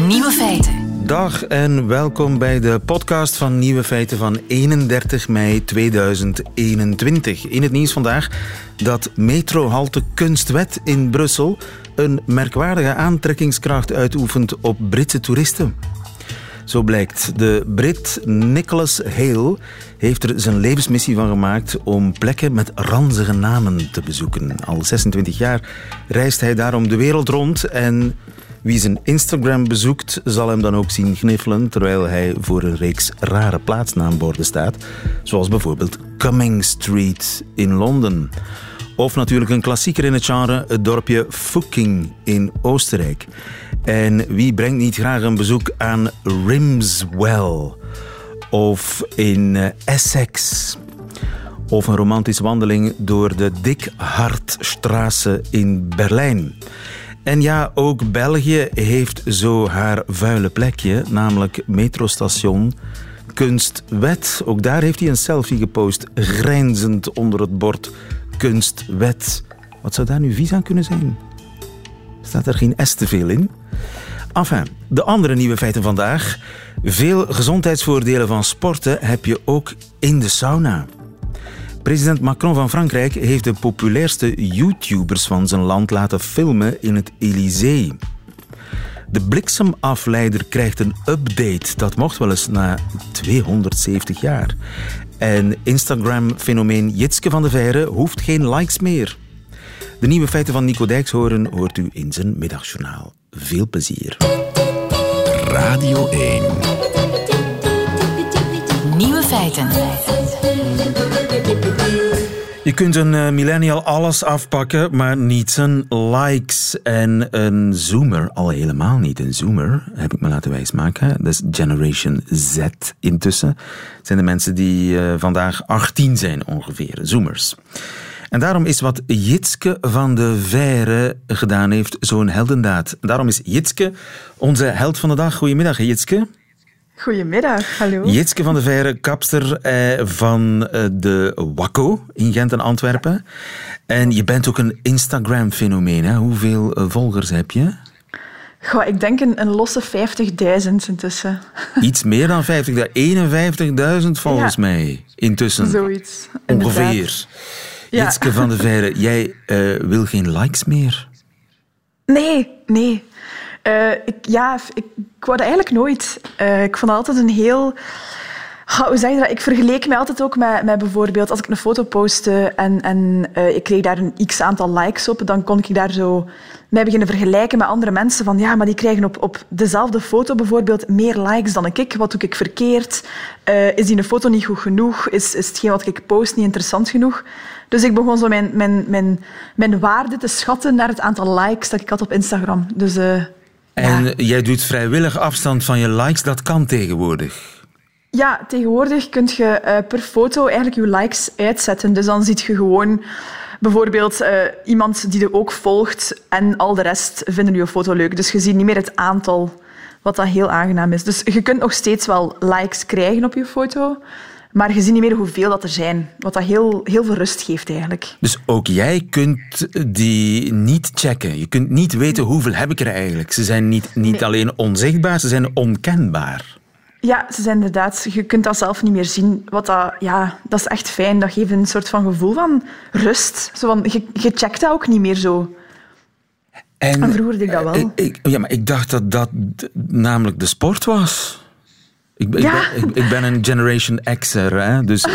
Nieuwe feiten. Dag en welkom bij de podcast van Nieuwe Feiten van 31 mei 2021. In het nieuws vandaag dat metrohalte Kunstwet in Brussel een merkwaardige aantrekkingskracht uitoefent op Britse toeristen. Zo blijkt, de Brit Nicholas Hale heeft er zijn levensmissie van gemaakt om plekken met ranzige namen te bezoeken. Al 26 jaar reist hij daarom de wereld rond en wie zijn Instagram bezoekt zal hem dan ook zien gniffelen terwijl hij voor een reeks rare plaatsnaamborden staat, zoals bijvoorbeeld Cumming Street in Londen. Of natuurlijk een klassieker in het genre, het dorpje Fucking in Oostenrijk. En wie brengt niet graag een bezoek aan Rimswell of in Essex? Of een romantische wandeling door de Dickhartstraße in Berlijn. En ja, ook België heeft zo haar vuile plekje, namelijk metrostation Kunstwet. Ook daar heeft hij een selfie gepost, grijnzend onder het bord Kunstwet. Wat zou daar nu vies aan kunnen zijn? Staat er geen S te veel in? Enfin, de andere nieuwe feiten vandaag. Veel gezondheidsvoordelen van sporten heb je ook in de sauna. President Macron van Frankrijk heeft de populairste YouTubers van zijn land laten filmen in het Élysée. De bliksemafleider krijgt een update. Dat mocht wel eens na 270 jaar. En Instagram-fenomeen Jitske van de Veire hoeft geen likes meer. De nieuwe feiten van Nico Dijkshoorn hoort u in zijn middagjournaal. Veel plezier. Radio 1. Nieuwe feiten. Je kunt een millennial alles afpakken, maar niet zijn likes. En een zoomer, al helemaal niet een zoomer, heb ik me laten wijsmaken. Dat is Generation Z intussen. Het zijn de mensen die vandaag 18 zijn ongeveer, zoomers. En daarom is wat Jitske van de Veire gedaan heeft zo'n heldendaad. Daarom is Jitske onze held van de dag. Goedemiddag, Jitske. Goedemiddag, hallo. Jitske van de Veire, kapster van de Wakko in Gent en Antwerpen. En je bent ook een Instagram-fenomeen. Hè? Hoeveel volgers heb je? Goh, ik denk een losse 50.000 intussen. Iets meer dan 51.000 volgens mij intussen. Zoiets. Ongeveer. Inderdaad. Ja. Jitske van de Veire, jij wil geen likes meer? Nee. Ik wou dat eigenlijk nooit. Ik vond dat altijd een heel... Hoe zeg je dat? Ik vergeleek mij altijd ook met bijvoorbeeld als ik een foto postte en ik kreeg daar een x-aantal likes op, dan kon ik daar zo mij beginnen vergelijken met andere mensen van ja, maar die krijgen op dezelfde foto bijvoorbeeld meer likes dan ik. Wat doe ik verkeerd? Is die een foto niet goed genoeg? Is hetgeen wat ik post niet interessant genoeg? Dus ik begon zo mijn waarde te schatten naar het aantal likes dat ik had op Instagram. Dus, en jij doet vrijwillig afstand van je likes, dat kan tegenwoordig. Ja, tegenwoordig kun je per foto eigenlijk je likes uitzetten. Dus dan zie je gewoon bijvoorbeeld iemand die je ook volgt en al de rest vinden je foto leuk. Dus je ziet niet meer het aantal, wat dat heel aangenaam is. Dus je kunt nog steeds wel likes krijgen op je foto, maar je ziet niet meer hoeveel dat er zijn. Wat dat heel, heel veel rust geeft eigenlijk. Dus ook jij kunt die niet checken. Je kunt niet weten hoeveel heb ik er eigenlijk. Ze zijn niet alleen onzichtbaar, ze zijn onkenbaar. Ja, ze zijn inderdaad. Je kunt dat zelf niet meer zien. Dat is echt fijn. Dat geeft een soort van gevoel van rust. Zo van, je checkt dat ook niet meer zo. En vroeger deed ik dat wel. Maar ik dacht dat dat namelijk de sport was. Ik ben een Generation X'er, hè? Dus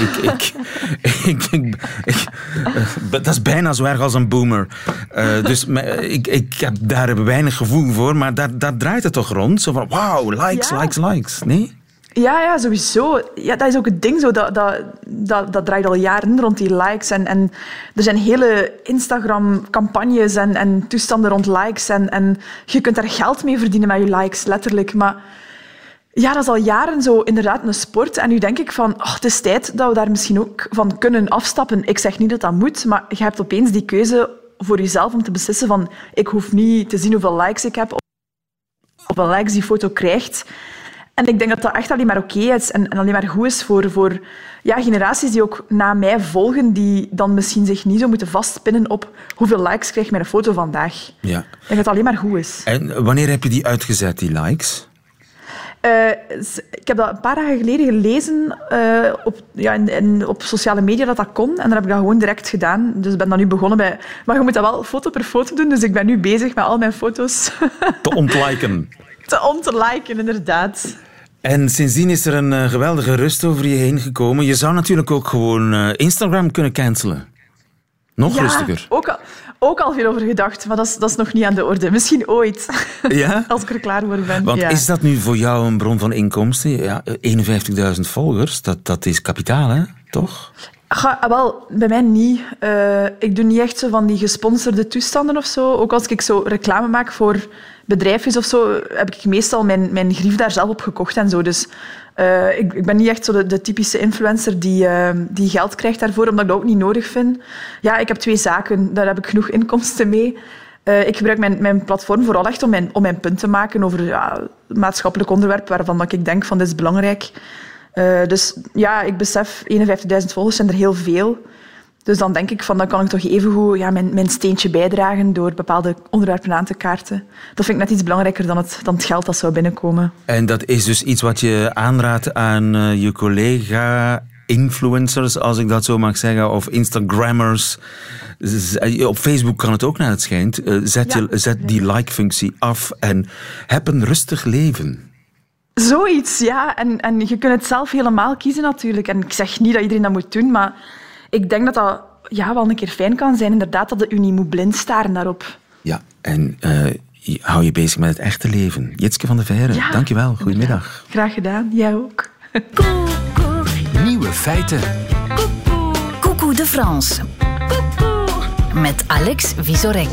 dat is bijna zo erg als een boomer. Dus ik heb daar weinig gevoel voor, maar daar draait het toch rond? Zo van, wauw, likes, nee? Ja, sowieso. Ja, dat is ook het ding. Zo, dat draait al jaren rond die likes. En er zijn hele Instagram-campagnes en toestanden rond likes. En je kunt daar geld mee verdienen met je likes, letterlijk. Maar ja, dat is al jaren zo inderdaad een sport. En nu denk ik van, het is tijd dat we daar misschien ook van kunnen afstappen. Ik zeg niet dat dat moet, maar je hebt opeens die keuze voor jezelf om te beslissen van, ik hoef niet te zien hoeveel likes ik heb of hoeveel likes die foto krijgt. En ik denk dat dat echt alleen maar oké is en alleen maar goed is voor generaties die ook na mij volgen, die dan misschien zich niet zo moeten vastpinnen op hoeveel likes krijgt mijn foto vandaag. Ja. Ik denk dat het alleen maar goed is. En wanneer heb je die uitgezet, die likes? Ik heb dat een paar dagen geleden gelezen op sociale media dat kon. En dan heb ik dat gewoon direct gedaan. Dus ik ben dan nu begonnen bij... Maar je moet dat wel foto per foto doen. Dus ik ben nu bezig met al mijn foto's... te ontliken. Te ontliken, inderdaad. En sindsdien is er een geweldige rust over je heen gekomen. Je zou natuurlijk ook gewoon Instagram kunnen cancelen. Nog rustiger. Ook al veel over gedacht, maar dat is nog niet aan de orde. Misschien ooit, ja? Als ik er klaar voor ben. Want is dat nu voor jou een bron van inkomsten? Ja, 51.000 volgers, dat is kapitaal, hè? Toch? Wel, bij mij niet. Ik doe niet echt zo van die gesponsorde toestanden of zo. Ook als ik zo reclame maak voor bedrijfjes of zo, heb ik meestal mijn grief daar zelf op gekocht en zo. Dus ik ben niet echt zo de typische influencer die geld krijgt daarvoor, omdat ik dat ook niet nodig vind. Ja, ik heb 2 zaken, daar heb ik genoeg inkomsten mee. Ik gebruik mijn platform vooral echt om mijn punt te maken over maatschappelijk onderwerp waarvan ik denk van dit is belangrijk. Dus ja, ik besef, 51.000 volgers zijn er heel veel. Dus dan denk ik van, dan kan ik toch evengoed mijn steentje bijdragen door bepaalde onderwerpen aan te kaarten. Dat vind ik net iets belangrijker dan het geld dat zou binnenkomen. En dat is dus iets wat je aanraadt aan je collega-influencers, als ik dat zo mag zeggen, of Instagrammers. Op Facebook kan het ook, naar het schijnt. Zet die like-functie af en heb een rustig leven. Zoiets, ja. En je kunt het zelf helemaal kiezen natuurlijk. En ik zeg niet dat iedereen dat moet doen, maar ik denk dat dat wel een keer fijn kan zijn. Inderdaad, dat u niet moet blind staren daarop. Ja, en hou je bezig met het echte leven. Jitske van de Veire, dankjewel. Goedemiddag. Graag gedaan. Jij ook. Nieuwe feiten. Coucou de France. Met Alex Vizorek.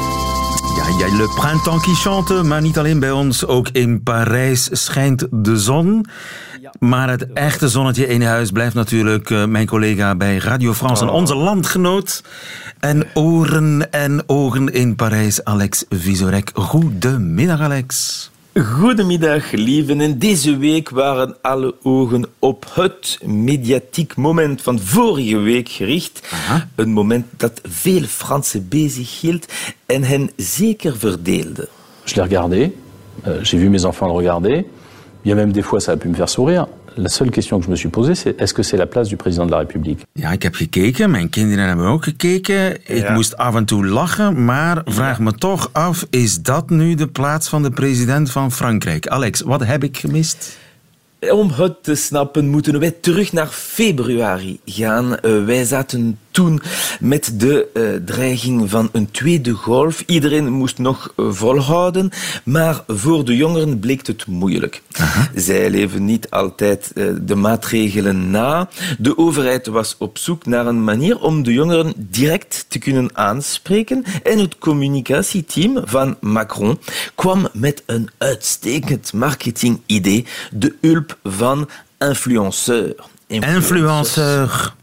Ja, le printemps qui chante, maar niet alleen bij ons. Ook in Parijs schijnt de zon. Maar het echte zonnetje in huis blijft natuurlijk mijn collega bij Radio France en onze landgenoot. En oren en ogen in Parijs, Alex Vizorek. Goedemiddag, Alex. Goedemiddag, lieven. En deze week waren alle ogen op het mediatiek moment van vorige week gericht. Aha. Een moment dat veel Fransen bezig hield en hen zeker verdeelde. Je l'ai regardé, j'ai vu mes enfants le regarder. Il y a même des fois, ça a pu me faire sourire. La seule question que je me suis posée, c'est est-ce que c'est la place du président de la République? Ja, ik heb gekeken. Mijn kinderen hebben ook gekeken. Ik moest af en toe lachen, maar vraag me toch af, is dat nu de plaats van de president van Frankrijk? Alex, wat heb ik gemist? Om het te snappen moeten wij terug naar februari gaan. Wij zaten toen met de dreiging van een tweede golf. Iedereen moest nog volhouden, maar voor de jongeren bleek het moeilijk. Aha. Zij leven niet altijd de maatregelen na. De overheid was op zoek naar een manier om de jongeren direct te kunnen aanspreken. En het communicatieteam van Macron kwam met een uitstekend marketingidee. De hulp van influenceur. Influencers.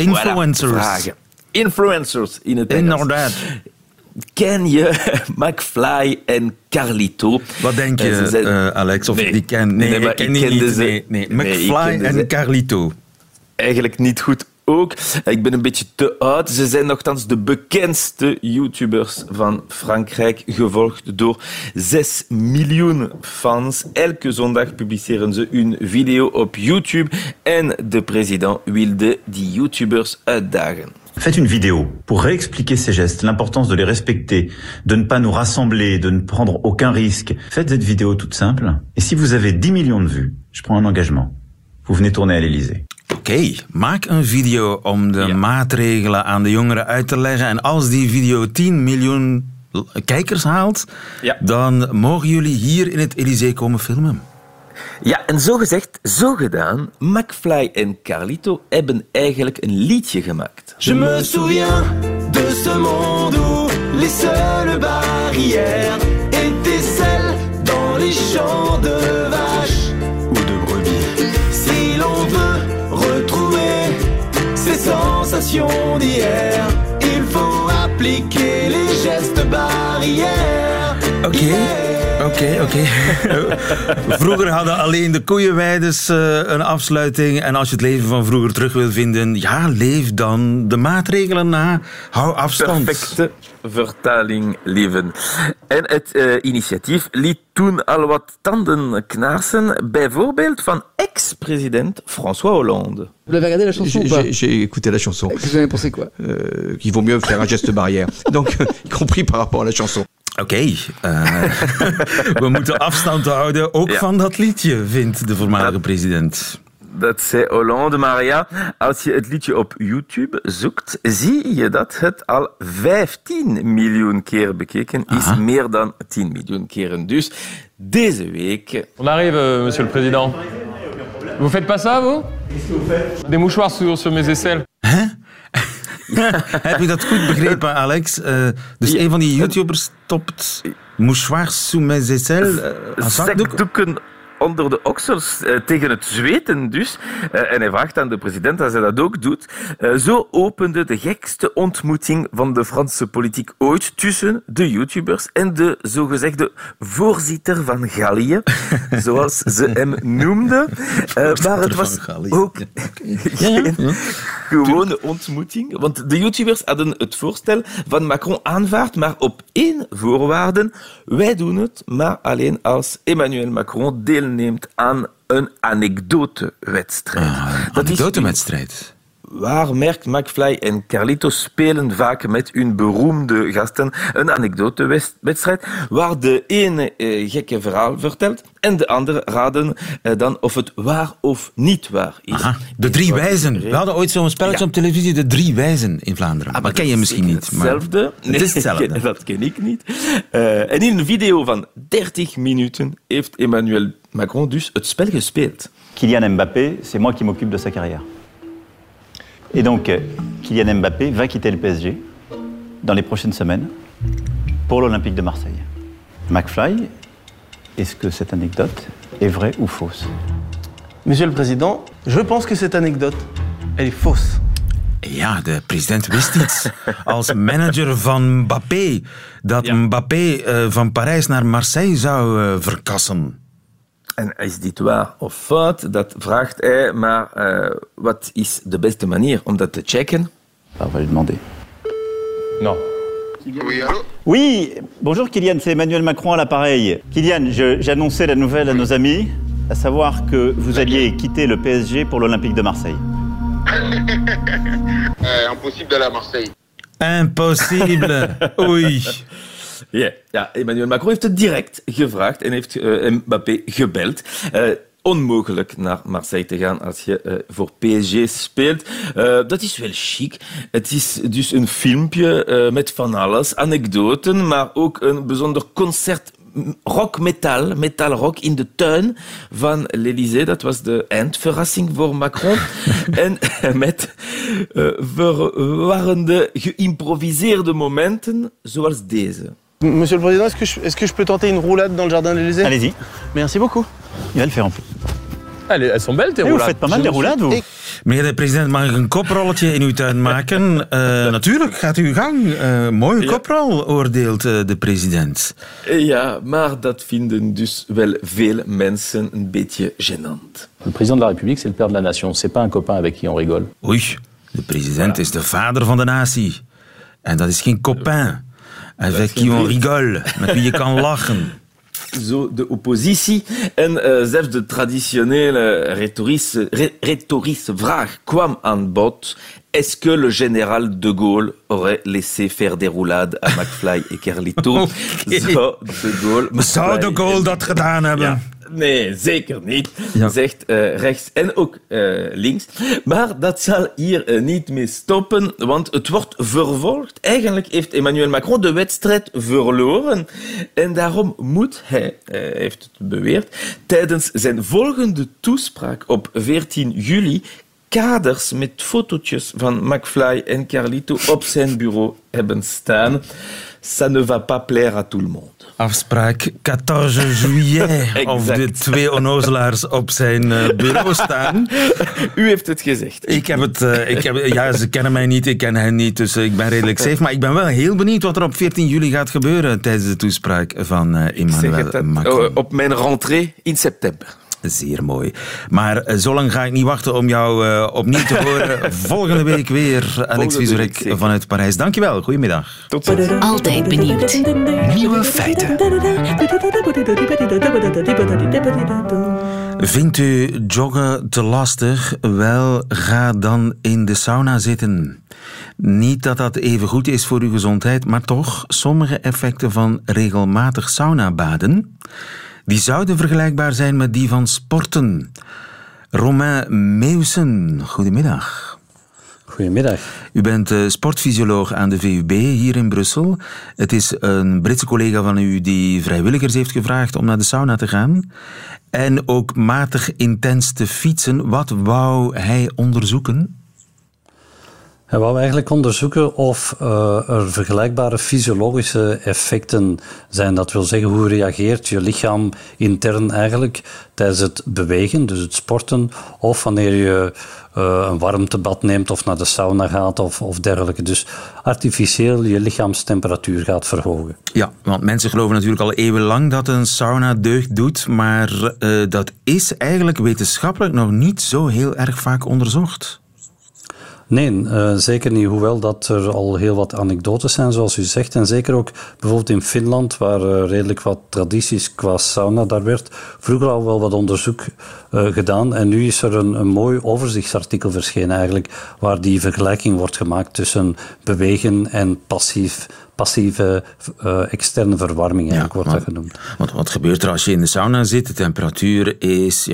Voilà, influencers in het Engels. Inderdaad. Ken je McFly en Carlito? Wat denk je, Alex? Of die ken? Nee, ik ken die niet. Nee. McFly en Carlito. Eigenlijk niet goed ook. Ik ben een beetje te oud. Ze zijn nogthans de bekendste YouTubers van Frankrijk, gevolgd door 6 miljoen fans. Elke zondag publiceren ze een video op YouTube en de president wilde die YouTubers uitdagen. Faites une vidéo pour réexpliquer ces gestes, l'importance de les respecter, de ne pas nous rassembler, de ne prendre aucun risque. Faites cette vidéo toute simple. Et si vous avez 10 millions de vues, je prends un engagement. Vous venez tourner à l'Élysée. Oké, maak een video om de maatregelen aan de jongeren uit te leggen. En als die video 10 miljoen kijkers haalt, dan mogen jullie hier in het Élysée komen filmen. Ja, en zo gezegd, zo gedaan. McFly en Carlito hebben eigenlijk een liedje gemaakt. Je me souviens de ce monde où les seules barrières étaient celles dans les champs de vaches ou de brebis. Si l'on veut retrouver ces sensations d'hier, il faut appliquer les gestes barrières. Oké. Oké. Vroeger hadden alleen de koeienweiders een afsluiting. En als je het leven van vroeger terug wil vinden, ja, leef dan de maatregelen na. Hou afstand. Perfecte vertaling, lieven. En het initiatief liet toen al wat tanden knarsen, bijvoorbeeld van ex-president François Hollande. Vous l'avez regardé la chanson ou pas? J'ai écouté la chanson. Vous en avez pensé quoi? Qu'il vaut mieux faire un geste barrière. Donc, y compris par rapport à la chanson. Oké, we moeten afstand houden, ook van dat liedje, vindt de voormalige president. Dat zei Hollande, maar ja, als je het liedje op YouTube zoekt, zie je dat het al 15 miljoen keer bekeken is. Meer dan 10 miljoen keren. Dus deze week... On arrive, monsieur le président. Vous faites pas ça, vous? Des mouchoirs sur mes aisselles. Heb je dat goed begrepen, Alex? Dus een van die YouTubers stopt mouchoirs sous mes aisselles, zakdoeken onder de oksels, tegen het zweten dus. En hij vraagt aan de president dat hij dat ook doet. Zo opende de gekste ontmoeting van de Franse politiek ooit tussen de YouTubers en de zogezegde voorzitter van Gallië, zoals ze hem noemden. Maar het was ook geen gewone ontmoeting, want de YouTubers hadden het voorstel van Macron aanvaard, maar op één voorwaarde. Wij doen het, maar alleen als Emmanuel Macron deelneemt aan een anekdotewedstrijd. Anekdotewedstrijd? Waar merkt McFly en Carlito spelen vaak met hun beroemde gasten een anekdotewedstrijd waar de ene gekke verhaal vertelt en de andere raden dan of het waar of niet waar is. Aha, de drie wijzen. We hadden ooit zo'n spelletje op televisie, de drie wijzen in Vlaanderen. Dat ken je misschien niet. Hetzelfde. Het is hetzelfde. Dat ken ik niet. En in een video van 30 minuten heeft Emmanuel Macron dus het spel gespeeld. Kylian Mbappé, c'est moi qui m'occupe de sa carrière. Et donc, Kylian Mbappé va quitter le PSG dans les prochaines semaines pour l'Olympique de Marseille. McFly, est-ce que cette anecdote est vraie ou fausse? Monsieur le Président, je pense que cette anecdote, elle est fausse. Ja, de president wist iets. Als manager van Mbappé. Dat Mbappé van Parijs naar Marseille zou verkassen. En is dit waar of fout? Dat vraagt hij, maar wat is de beste manier om dat te checken? On va lui demander. Non. Oui, allô? Oui, bonjour Kylian, c'est Emmanuel Macron à l'appareil. Kylian, j'annonçais la nouvelle à nos amis, à savoir que vous alliez quitter le PSG pour l'Olympique de Marseille. Impossible d'aller à Marseille. Impossible. Oei. Ja, Emmanuel Macron heeft het direct gevraagd en heeft Mbappé gebeld. Onmogelijk naar Marseille te gaan als je voor PSG speelt. Dat is wel chic. Het is dus een filmpje met van alles, anekdoten, maar ook een bijzonder concert metal rock in de tuin van l'Élysée. Dat was de eindverrassing voor Macron. En met verwarrende, geïmproviseerde momenten zoals deze. Monsieur le Président, est-ce que je peux tenter une roulade dans le jardin de l'Élysée? Allez-y. Merci beaucoup. Il va le faire en plus. Elles sont belles tes Vous roulades. faites pas mal des roulades, vous? Meneer de president, mag ik een koprolletje in uw tuin maken? Natuurlijk, gaat uw gang. Mooie koprol, oordeelt de president. Ja, maar dat vinden dus wel veel mensen een beetje gênant. Le président de la République, c'est le père de la nation. C'est pas un copain avec qui on rigole. Oei, de president is de vader van de natie. En dat is geen copain. Avec qui on rigole, met wie je kan lachen. Zo de oppositie en zelfs de traditionele retorische vraag kwam aan bod. Est-ce que le général de Gaulle aurait laissé faire des roulades à McFly et Carlito? Zou de Gaulle dat gedaan hebben? Ja. Nee, zeker niet, zegt rechts en ook links. Maar dat zal hier niet mee stoppen, want het wordt vervolgd. Eigenlijk heeft Emmanuel Macron de wedstrijd verloren. En daarom moet hij, heeft het beweerd, tijdens zijn volgende toespraak op 14 juli kaders met fotootjes van McFly en Carlito op zijn bureau hebben staan. Ça ne va pas plaire à tout le monde. Afspraak 14 juillet. Of de twee onnozelaars op zijn bureau staan. U heeft het gezegd. Ze kennen mij niet, ik ken hen niet, dus ik ben redelijk safe. Maar ik ben wel heel benieuwd wat er op 14 juli gaat gebeuren tijdens de toespraak van Emmanuel Macron. Op mijn rentrée in september. Zeer mooi. Maar zo lang ga ik niet wachten om jou opnieuw te horen. Volgende week weer Alex Vizorek vanuit Parijs. Dankjewel, goedemiddag. Tot ziens. Altijd benieuwd. Nieuwe feiten. Vindt u joggen te lastig? Wel, ga dan in de sauna zitten. Niet dat dat even goed is voor uw gezondheid, maar toch, sommige effecten van regelmatig saunabaden, die zouden vergelijkbaar zijn met die van sporten. Romain Meeuwsen, goedemiddag. Goedemiddag. U bent sportfysioloog aan de VUB hier in Brussel. Het is een Britse collega van u die vrijwilligers heeft gevraagd om naar de sauna te gaan. En ook matig intens te fietsen. Wat wou hij onderzoeken? Hij wou eigenlijk onderzoeken of er vergelijkbare fysiologische effecten zijn. Dat wil zeggen, hoe reageert je lichaam intern eigenlijk tijdens het bewegen, dus het sporten, of wanneer je een warmtebad neemt of naar de sauna gaat of dergelijke. Dus artificieel je lichaamstemperatuur gaat verhogen. Ja, want mensen geloven natuurlijk al eeuwenlang dat een sauna deugd doet, maar dat is eigenlijk wetenschappelijk nog niet zo heel erg vaak onderzocht. Nee, zeker niet. Hoewel dat er al heel wat anekdotes zijn, zoals u zegt. En zeker ook bijvoorbeeld in Finland, waar redelijk wat tradities qua sauna daar werd, vroeger al wel wat onderzoek gedaan. En nu is er een mooi overzichtsartikel verschenen eigenlijk, waar die vergelijking wordt gemaakt tussen bewegen en passieve externe verwarming, eigenlijk wordt dat genoemd. Wat gebeurt er als je in de sauna zit? De temperatuur is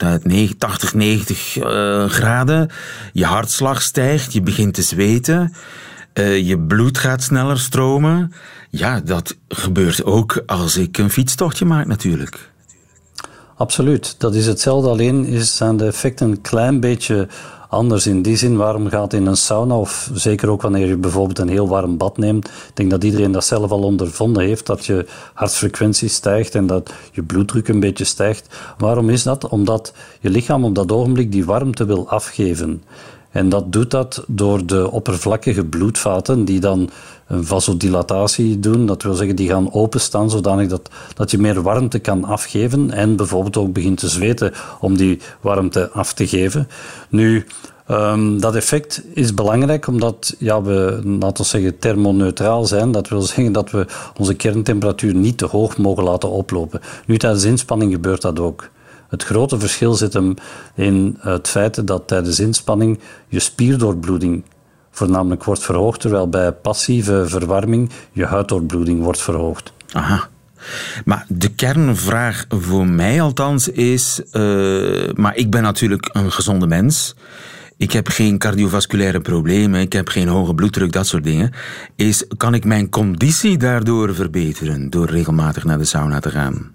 80, 90 graden. Je hartslag stijgt, je begint te zweten. Je bloed gaat sneller stromen. Ja, dat gebeurt ook als ik een fietstochtje maak natuurlijk. Absoluut. Dat is hetzelfde, alleen zijn de effecten een klein beetje anders. In die zin, waarom gaat in een sauna, of zeker ook wanneer je bijvoorbeeld een heel warm bad neemt, ik denk dat iedereen dat zelf al ondervonden heeft, dat je hartfrequentie stijgt en dat je bloeddruk een beetje stijgt. Waarom is dat? Omdat je lichaam op dat ogenblik die warmte wil afgeven. En dat doet dat door de oppervlakkige bloedvaten die dan een vasodilatatie doen. Dat wil zeggen, die gaan openstaan zodanig dat je meer warmte kan afgeven en bijvoorbeeld ook begint te zweten om die warmte af te geven. Nu, dat effect is belangrijk omdat we, laten we zeggen, thermoneutraal zijn. Dat wil zeggen dat we onze kerntemperatuur niet te hoog mogen laten oplopen. Nu, tijdens inspanning gebeurt dat ook. Het grote verschil zit hem in het feit dat tijdens inspanning je spierdoorbloeding voornamelijk wordt verhoogd, terwijl bij passieve verwarming je huiddoorbloeding wordt verhoogd. Aha. Maar de kernvraag voor mij althans is, maar ik ben natuurlijk een gezonde mens, ik heb geen cardiovasculaire problemen, ik heb geen hoge bloeddruk, dat soort dingen, kan ik mijn conditie daardoor verbeteren door regelmatig naar de sauna te gaan?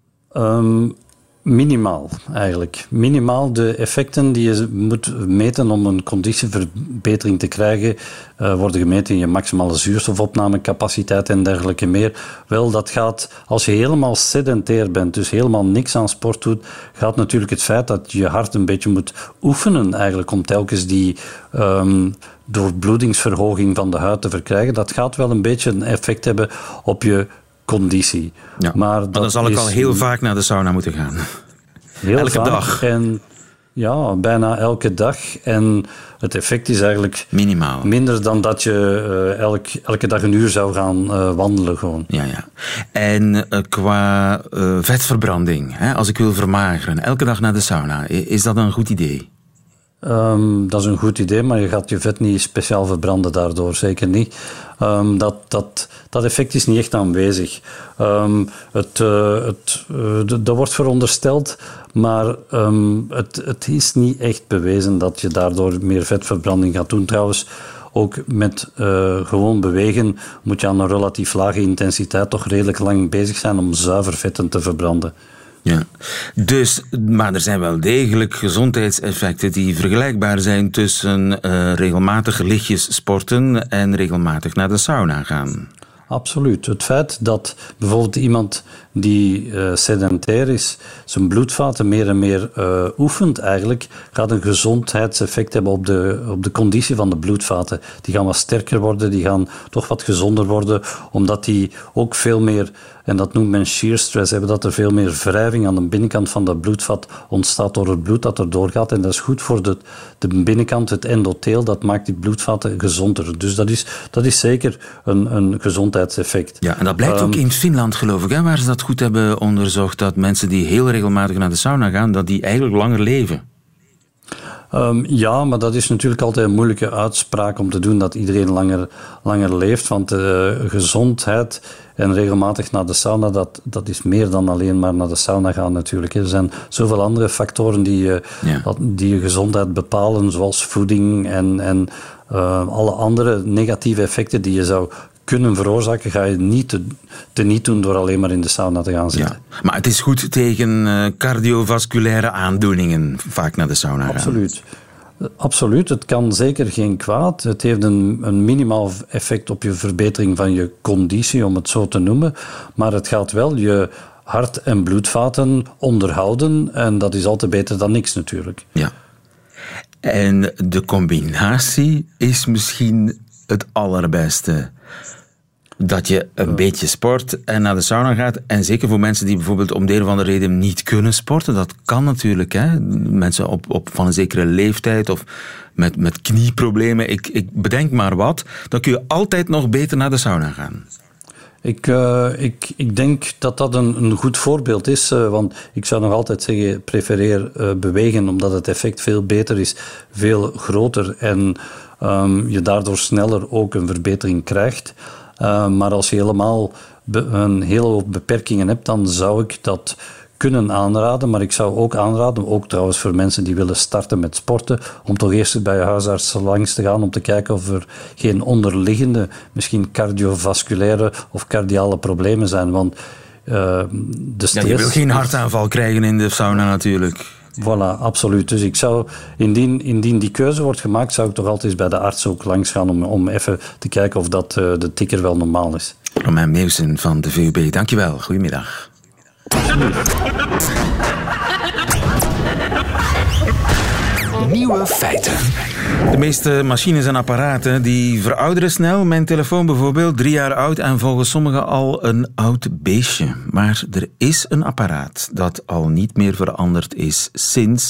Minimaal, eigenlijk. Minimaal. De effecten die je moet meten om een conditieverbetering te krijgen, worden gemeten in je maximale zuurstofopnamecapaciteit en dergelijke meer. Wel, dat gaat, als je helemaal sedentair bent, dus helemaal niks aan sport doet, gaat natuurlijk het feit dat je hart een beetje moet oefenen, eigenlijk, om telkens die doorbloedingsverhoging van de huid te verkrijgen. Dat gaat wel een beetje een effect hebben op je conditie. Ja, maar dan zal ik al heel vaak naar de sauna moeten gaan. Elke dag. En ja, bijna elke dag. En het effect is eigenlijk minimaal. Minder dan dat je elke dag een uur zou gaan wandelen gewoon. Ja. En qua vetverbranding, als ik wil vermageren, elke dag naar de sauna, is dat een goed idee? Dat is een goed idee, maar je gaat je vet niet speciaal verbranden daardoor, zeker niet. Dat effect is niet echt aanwezig. Dat wordt verondersteld, maar het is niet echt bewezen dat je daardoor meer vetverbranding gaat doen. Trouwens, ook met gewoon bewegen moet je aan een relatief lage intensiteit toch redelijk lang bezig zijn om zuiver vetten te verbranden. Ja. Dus, maar er zijn wel degelijk gezondheidseffecten die vergelijkbaar zijn tussen regelmatig lichtjes sporten en regelmatig naar de sauna gaan. Absoluut. Het feit dat bijvoorbeeld iemand die sedentair is, zijn bloedvaten meer en meer oefent eigenlijk, gaat een gezondheidseffect hebben op de conditie van de bloedvaten. Die gaan wat sterker worden, die gaan toch wat gezonder worden, omdat die ook veel meer, en dat noemt men shear stress, hebben, dat er veel meer wrijving aan de binnenkant van dat bloedvat ontstaat door het bloed dat er doorgaat. En dat is goed voor de binnenkant, het endotheel, dat maakt die bloedvaten gezonder. Dus dat is zeker een gezondheidseffect. Ja, en dat blijkt ook in Finland, geloof ik, hè, waar ze dat goed hebben onderzocht, dat mensen die heel regelmatig naar de sauna gaan, dat die eigenlijk langer leven. Ja, maar dat is natuurlijk altijd een moeilijke uitspraak om te doen, dat iedereen langer leeft. Want gezondheid en regelmatig naar de sauna, dat is meer dan alleen maar naar de sauna gaan natuurlijk. Er zijn zoveel andere factoren die je gezondheid bepalen, zoals voeding en alle andere negatieve effecten die je zou kunnen veroorzaken, ga je niet doen door alleen maar in de sauna te gaan zitten. Ja, maar het is goed tegen cardiovasculaire aandoeningen, vaak naar de sauna gaan. Absoluut. Absoluut, het kan zeker geen kwaad. Het heeft een minimaal effect op je verbetering van je conditie, om het zo te noemen. Maar het gaat wel je hart- en bloedvaten onderhouden en dat is altijd beter dan niks natuurlijk. Ja. En de combinatie is misschien het allerbeste. Dat je een beetje sport en naar de sauna gaat. En zeker voor mensen die bijvoorbeeld om de een of andere reden niet kunnen sporten. Dat kan natuurlijk. Hè? Mensen op van een zekere leeftijd of met knieproblemen. Ik bedenk maar wat. Dan kun je altijd nog beter naar de sauna gaan. Ik denk dat dat een goed voorbeeld is, want ik zou nog altijd zeggen, prefereer bewegen, omdat het effect veel beter is, veel groter en je daardoor sneller ook een verbetering krijgt. Maar als je helemaal een hele hoop beperkingen hebt, dan zou ik dat kunnen aanraden. Maar ik zou ook aanraden, ook trouwens voor mensen die willen starten met sporten, om toch eerst bij je huisarts langs te gaan om te kijken of er geen onderliggende, misschien cardiovasculaire of cardiale problemen zijn. Want de stress... Ja, je wil geen hartaanval krijgen in de sauna natuurlijk. Voilà, absoluut. Dus ik zou, indien die keuze wordt gemaakt, zou ik toch altijd eens bij de arts ook langs gaan om even te kijken of dat de tikker wel normaal is. Romain Meeuwsen van de VUB, dankjewel. Goedemiddag. Nieuwe feiten. De meeste machines en apparaten die verouderen snel. Mijn telefoon bijvoorbeeld, 3 jaar oud en volgens sommigen al een oud beestje. Maar er is een apparaat dat al niet meer veranderd is sinds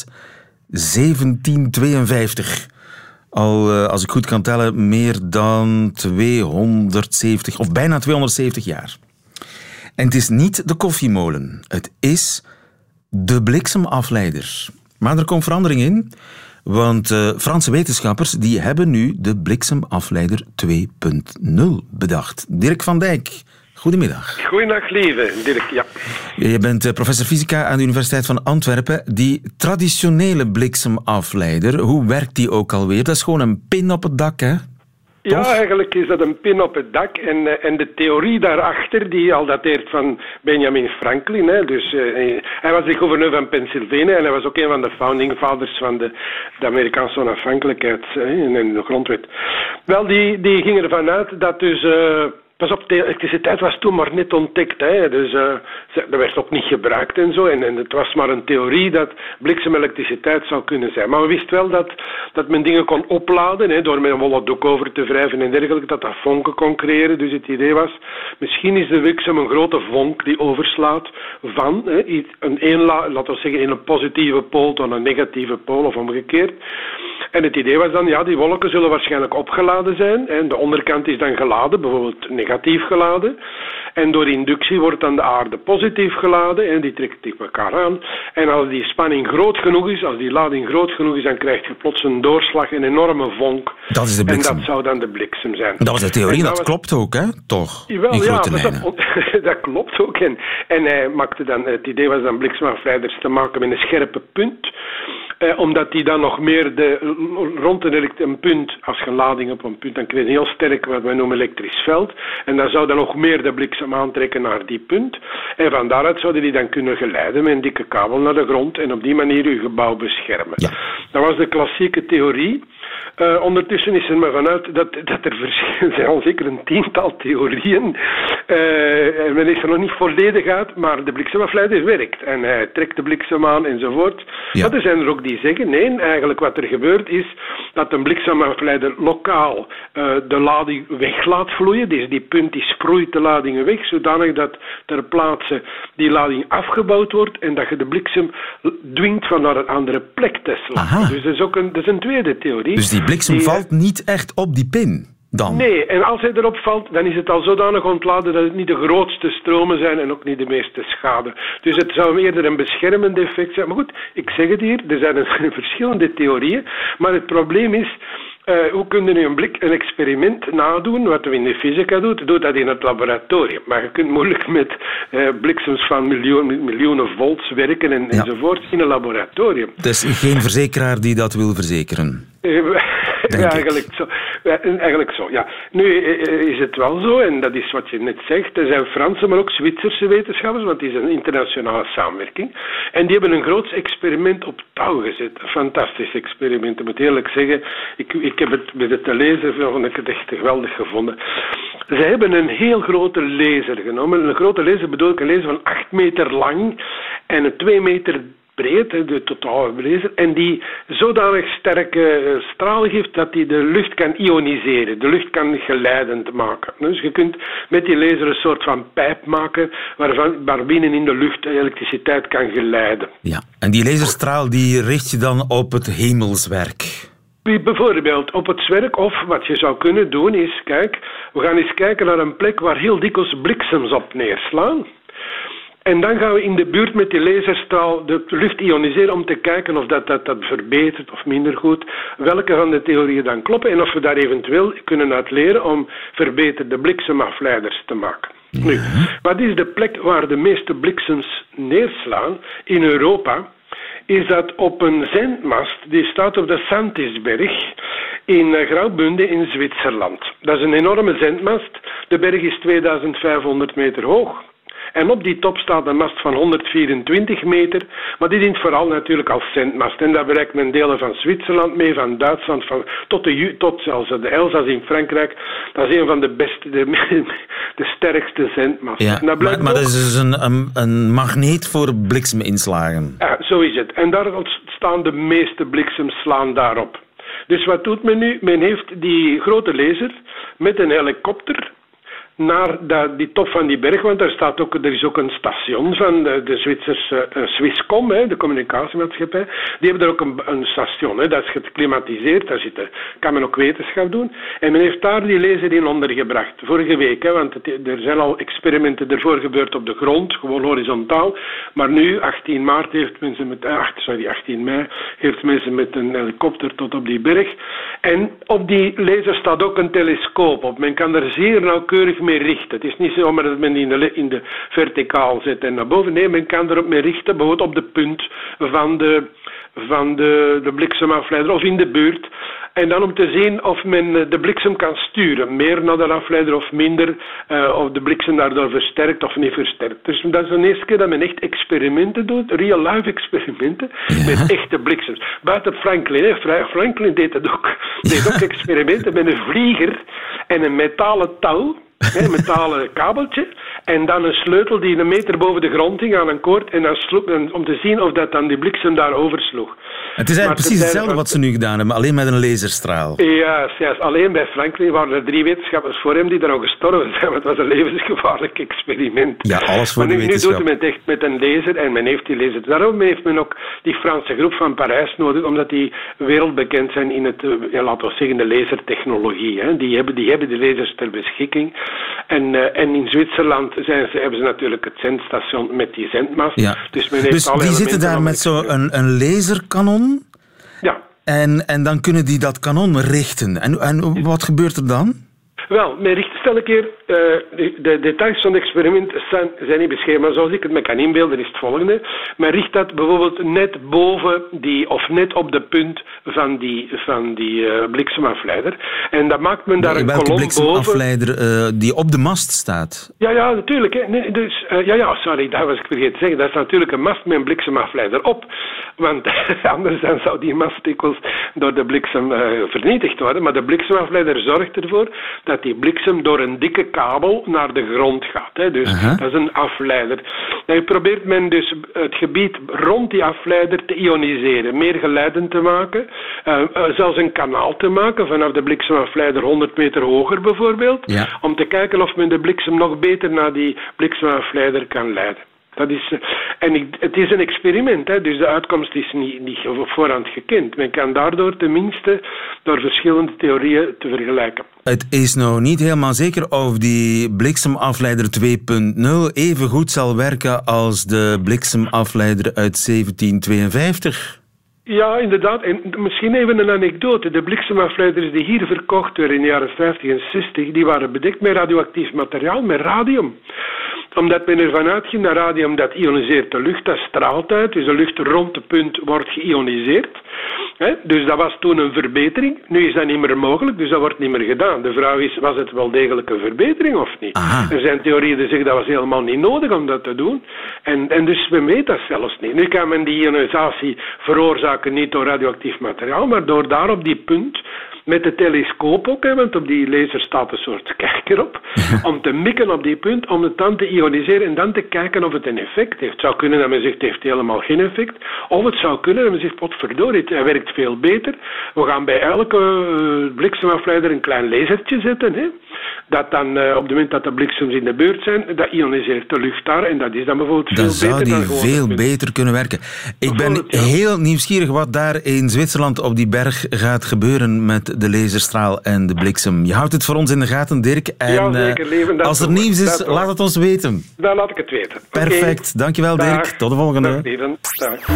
1752. Al, als ik goed kan tellen, meer dan 270 of bijna 270 jaar. En het is niet de koffiemolen. Het is de bliksemafleider. Maar er komt verandering in, want Franse wetenschappers die hebben nu de bliksemafleider 2.0 bedacht. Dirk van Dijk, goedemiddag. Goedendag, lieve Dirk, ja. Je bent professor fysica aan de Universiteit van Antwerpen. Die traditionele bliksemafleider, hoe werkt die ook alweer? Dat is gewoon een pin op het dak, hè? Ja, eigenlijk is dat een pin op het dak. En de theorie daarachter, die al dateert van Benjamin Franklin. Hè. Dus, hij was de gouverneur van Pennsylvania en hij was ook een van de founding fathers van de Amerikaanse onafhankelijkheid in de grondwet. Wel, die ging ervan uit dat dus... Pas op, de elektriciteit was toen maar net ontdekt. Hè. Dus dat werd ook niet gebruikt en zo. En het was maar een theorie dat bliksemelektriciteit zou kunnen zijn. Maar we wisten wel dat men dingen kon opladen, hè, door met een wollen doek over te wrijven en dergelijke, dat vonken kon creëren. Dus het idee was, misschien is de bliksem een grote vonk die overslaat van laten we zeggen, in een positieve pool tot een negatieve pool of omgekeerd. En het idee was dan, ja, die wolken zullen waarschijnlijk opgeladen zijn. En de onderkant is dan geladen, bijvoorbeeld negatief geladen. En door inductie wordt dan de aarde positief geladen en die trekt tegen elkaar aan. En als die spanning groot genoeg is, als die lading groot genoeg is, dan krijg je plots een doorslag, een enorme vonk. Dat is de bliksem. En dat zou dan de bliksem zijn. Dat was de theorie, dat klopt ook, hè? Toch? Jawel, in grote lijnen. Dat klopt ook. En hij maakte dan, het idee was dan bliksemafleiders te maken met een scherpe punt. Omdat die dan nog meer rond een punt, als je een lading op een punt, dan krijg je heel sterk wat wij noemen elektrisch veld. En dan zou dan nog meer de bliksem aantrekken naar die punt. En van daaruit zouden die dan kunnen geleiden met een dikke kabel naar de grond en op die manier je gebouw beschermen. Ja. Dat was de klassieke theorie. Ondertussen is er maar vanuit dat er verschillen zijn, al zeker een 10-tal theorieën. Men is er nog niet volledig uit, maar de bliksemafleider werkt. En hij trekt de bliksem aan enzovoort. Ja. Maar er zijn er ook die zeggen, nee, eigenlijk wat er gebeurt is dat een bliksemafleider lokaal de lading weg laat vloeien. Dus die punt die sproeit de ladingen weg, zodanig dat ter plaatse die lading afgebouwd wordt en dat je de bliksem dwingt van naar een andere plek te slaan. Dus dat is een tweede theorie. Dus die bliksem valt niet echt op die pin dan? Nee, en als hij erop valt, dan is het al zodanig ontladen dat het niet de grootste stromen zijn en ook niet de meeste schade. Dus het zou eerder een beschermend effect zijn. Maar goed, ik zeg het hier, er zijn verschillende theorieën, maar het probleem is, hoe kun je nu een experiment nadoen, wat we in de fysica doen? Doe dat in het laboratorium. Maar je kunt moeilijk met bliksems van miljoenen volts werken enzovoort in een laboratorium. Dus geen verzekeraar die dat wil verzekeren? Eigenlijk zo, ja. Nu is het wel zo, en dat is wat je net zegt, er zijn Franse, maar ook Zwitserse wetenschappers, want het is een internationale samenwerking. En die hebben een groot experiment op touw gezet. Een fantastisch experiment, ik moet eerlijk zeggen. Ik heb het met het te lezen, vond ik het echt geweldig gevonden. Ze hebben een heel grote laser genomen. Een grote laser bedoel ik een laser van 8 meter lang en 2 meter breed, de totale laser, en die zodanig sterke straal geeft dat die de lucht kan ioniseren, de lucht kan geleidend maken. Dus je kunt met die laser een soort van pijp maken waarbinnen in de lucht elektriciteit kan geleiden. Ja, en die laserstraal die richt je dan op het hemelswerk? Bijvoorbeeld op het zwerk, of wat je zou kunnen doen is, kijk, we gaan eens kijken naar een plek waar heel dikwijls bliksems op neerslaan. En dan gaan we in de buurt met die laserstraal de lucht ioniseren om te kijken of dat verbetert of minder goed. Welke van de theorieën dan kloppen en of we daar eventueel kunnen uit leren om verbeterde bliksemafleiders te maken. Nu, wat is de plek waar de meeste bliksems neerslaan in Europa? Is dat op een zendmast die staat op de Santisberg in Graubünden in Zwitserland. Dat is een enorme zendmast. De berg is 2500 meter hoog. En op die top staat een mast van 124 meter, maar die dient vooral natuurlijk als zendmast. En daar bereikt men delen van Zwitserland mee, van Duitsland, tot zelfs de Elzas in Frankrijk. Dat is een van de beste, de sterkste zendmasten. Ja, maar dat is dus een magneet voor blikseminslagen. Ja, zo is het. En daar staan de meeste bliksems slaan daarop. Dus wat doet men nu? Men heeft die grote laser met een helikopter naar die top van die berg, want er is ook een station van de Zwitserse Swisscom, de communicatiemaatschappij. Die hebben er ook een station, dat is geklimatiseerd, kan men ook wetenschap doen. En men heeft daar die laser in ondergebracht, vorige week, want er zijn al experimenten ervoor gebeurd op de grond, gewoon horizontaal. Maar nu, 18 mei, heeft mensen met een helikopter tot op die berg. En op die laser staat ook een telescoop op. Men kan er zeer nauwkeurig mee richten. Het is niet zomaar dat men die in de verticaal zet en naar boven. Nee, men kan erop mee richten, bijvoorbeeld op de punt van de bliksemafleider of in de buurt. En dan om te zien of men de bliksem kan sturen. Meer naar de afleider of minder. Of de bliksem daardoor versterkt of niet versterkt. Dus dat is de eerste keer dat men echt experimenten doet. Real-life experimenten. Met echte bliksems. Buiten Franklin. Franklin deed ook experimenten met een vlieger en een metalen touw. Een metalen kabeltje en dan een sleutel die 1 meter boven de grond hing aan een koord en dan sloeg om te zien of dat dan die bliksem daar oversloeg. Het is eigenlijk precies hetzelfde wat ze nu gedaan hebben, alleen met een laserstraal. Ja, alleen bij Franklin waren er 3 wetenschappers voor hem die daar al gestorven zijn, want het was een levensgevaarlijk experiment. Ja, alles voor de wetenschap. Nu doet men het echt met een laser en men heeft die laser. Daarom heeft men ook die Franse groep van Parijs nodig, omdat die wereldbekend zijn in het, laten we zeggen, de lasertechnologie. Hè. Die hebben die lasers ter beschikking. En in Zwitserland hebben ze natuurlijk het zendstation met die zendmast. Ja. Dus die zitten daar met zo'n laserkanon. Ja. En dan kunnen die dat kanon richten. En wat gebeurt er dan? Wel, mijn richt stel een keer, de details van het experiment zijn niet beschreven, maar zoals ik het me kan inbeelden is het volgende. Men richt dat bijvoorbeeld net boven of net op de punt van die bliksemafleider. En dan maakt men daar een kolom boven. Welke bliksemafleider die op de mast staat? Ja, natuurlijk. Hè. Nee, dus, sorry, dat was ik vergeten te zeggen. Dat is natuurlijk een mast met een bliksemafleider op. Want anders dan zou die mast dikwijls door de bliksem vernietigd worden. Maar de bliksemafleider zorgt ervoor dat die bliksem door een dikke kabel naar de grond gaat. Hè. Dus dat is een afleider. Dan probeert men dus het gebied rond die afleider te ioniseren. Meer geleidend te maken. Zelfs een kanaal te maken vanaf de bliksemafleider 100 meter hoger bijvoorbeeld. Ja. Om te kijken of men de bliksem nog beter naar die bliksemafleider kan leiden. Dat is, het is een experiment, hè, dus de uitkomst is niet voorhand gekend. Men kan daardoor tenminste door verschillende theorieën te vergelijken. Het is nog niet helemaal zeker of die bliksemafleider 2.0 even goed zal werken als de bliksemafleider uit 1752. Ja, inderdaad. En misschien even een anekdote. De bliksemafleiders die hier verkocht werden in de jaren 50 en 60, die waren bedekt met radioactief materiaal, met radium. Omdat men ervan uitging dat radium dat ioniseert de lucht, dat straalt uit. Dus de lucht rond de punt wordt geïoniseerd. Dus dat was toen een verbetering. Nu is dat niet meer mogelijk, dus dat wordt niet meer gedaan. De vraag is, was het wel degelijk een verbetering of niet? Aha. Er zijn theorieën die zeggen dat was helemaal niet nodig om dat te doen. En dus we weten dat zelfs niet. Nu kan men die ionisatie veroorzaken niet door radioactief materiaal, maar door daar op die punt met de telescoop ook, want op die laser staat een soort kijker op, om te mikken op die punt, om het dan te ioniseren en dan te kijken of het een effect heeft. Het zou kunnen dat men zegt, het heeft helemaal geen effect. Of het zou kunnen dat men zegt, potverdorie, hij werkt veel beter. We gaan bij elke bliksemafleider een klein lasertje zetten, hè, dat dan op het moment dat de bliksems in de buurt zijn, dat ioniseert de lucht daar en dat is dan bijvoorbeeld veel beter. Dan zou die veel beter kunnen werken. Ik ben heel nieuwsgierig wat daar in Zwitserland op die berg gaat gebeuren met de laserstraal en de bliksem. Je houdt het voor ons in de gaten, Dirk. En ja, zeker, als er nieuws is, laat het ons weten. Dan laat ik het weten. Perfect. Okay. Dankjewel, Dirk. Tot de volgende. Dag, Steven. Dag.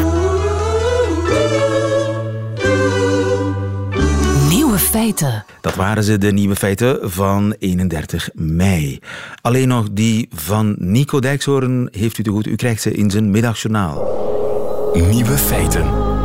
Nieuwe feiten. Dat waren ze, de nieuwe feiten van 31 mei. Alleen nog die van Nico Dijkshoorn heeft u te goed. U krijgt ze in zijn middagjournaal. Nieuwe feiten.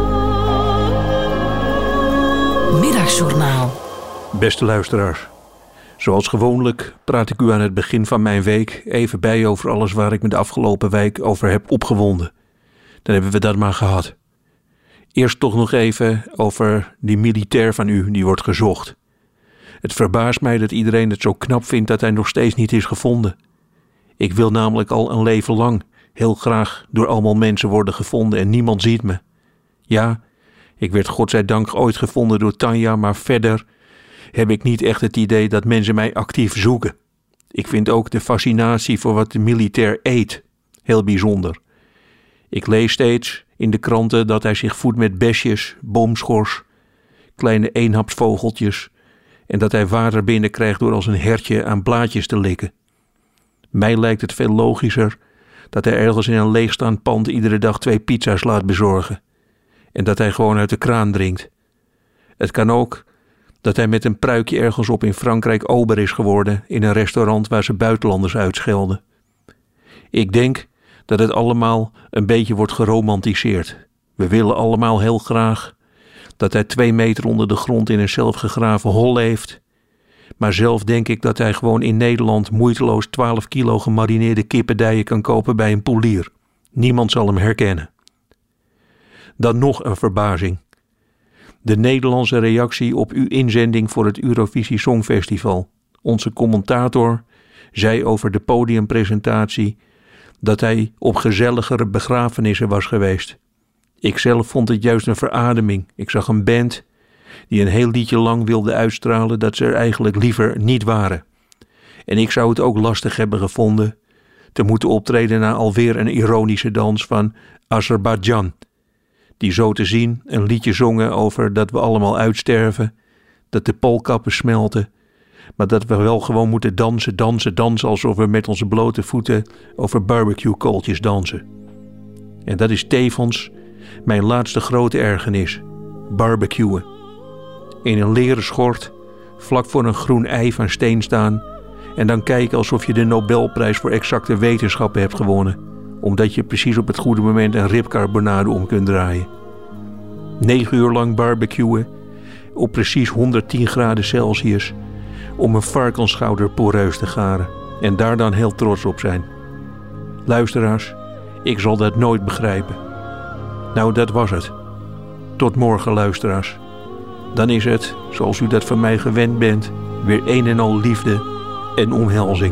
Middagjournaal. Beste luisteraars, zoals gewoonlijk praat ik u aan het begin van mijn week even bij over alles waar ik me de afgelopen week over heb opgewonden. Dan hebben we dat maar gehad. Eerst toch nog even over die militair van u die wordt gezocht. Het verbaast mij dat iedereen het zo knap vindt dat hij nog steeds niet is gevonden. Ik wil namelijk al een leven lang heel graag door allemaal mensen worden gevonden en niemand ziet me. Ja, ik werd godzijdank ooit gevonden door Tanja, maar verder heb ik niet echt het idee dat mensen mij actief zoeken. Ik vind ook de fascinatie voor wat de militair eet heel bijzonder. Ik lees steeds in de kranten dat hij zich voedt met besjes, boomschors, kleine eenhapsvogeltjes en dat hij water binnenkrijgt door als een hertje aan blaadjes te likken. Mij lijkt het veel logischer dat hij ergens in een leegstaand pand iedere dag 2 pizza's laat bezorgen en dat hij gewoon uit de kraan drinkt. Het kan ook dat hij met een pruikje ergens op in Frankrijk ober is geworden in een restaurant waar ze buitenlanders uitschelden. Ik denk dat het allemaal een beetje wordt geromantiseerd. We willen allemaal heel graag dat hij 2 meter onder de grond in een zelfgegraven hol leeft. Maar zelf denk ik dat hij gewoon in Nederland moeiteloos 12 kilo gemarineerde kippendijen kan kopen bij een poelier. Niemand zal hem herkennen. Dan nog een verbazing. De Nederlandse reactie op uw inzending voor het Eurovisie Songfestival. Onze commentator zei over de podiumpresentatie dat hij op gezelligere begrafenissen was geweest. Ik zelf vond het juist een verademing. Ik zag een band die een heel liedje lang wilde uitstralen dat ze er eigenlijk liever niet waren. En ik zou het ook lastig hebben gevonden te moeten optreden na alweer een ironische dans van Azerbeidzjan, die zo te zien een liedje zongen over dat we allemaal uitsterven, dat de poolkappen smelten, maar dat we wel gewoon moeten dansen alsof we met onze blote voeten over barbecue-kooltjes dansen. En dat is tevens mijn laatste grote ergernis, barbecuen. In een leren schort, vlak voor een groen ei van steen staan en dan kijken alsof je de Nobelprijs voor exacte wetenschappen hebt gewonnen, omdat je precies op het goede moment een ribcarbonade om kunt draaien. 9 uur lang barbecuen op precies 110 graden Celsius om een varkensschouder poreus te garen en daar dan heel trots op zijn. Luisteraars, ik zal dat nooit begrijpen. Nou, dat was het. Tot morgen, luisteraars. Dan is het, zoals u dat van mij gewend bent, weer een en al liefde en omhelzing.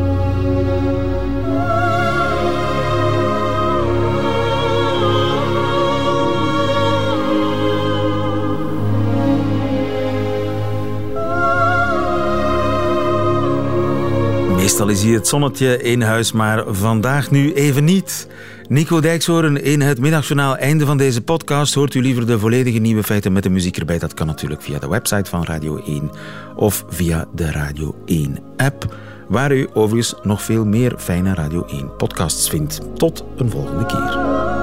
Meestal is hier het zonnetje in huis, maar vandaag nu even niet. Nico Dijkshoorn in het middagjournaal. Einde van deze podcast. Hoort u liever de volledige Nieuwe Feiten met de muziek erbij? Dat kan natuurlijk via de website van Radio 1 of via de Radio 1-app, waar u overigens nog veel meer fijne Radio 1 podcasts vindt. Tot een volgende keer.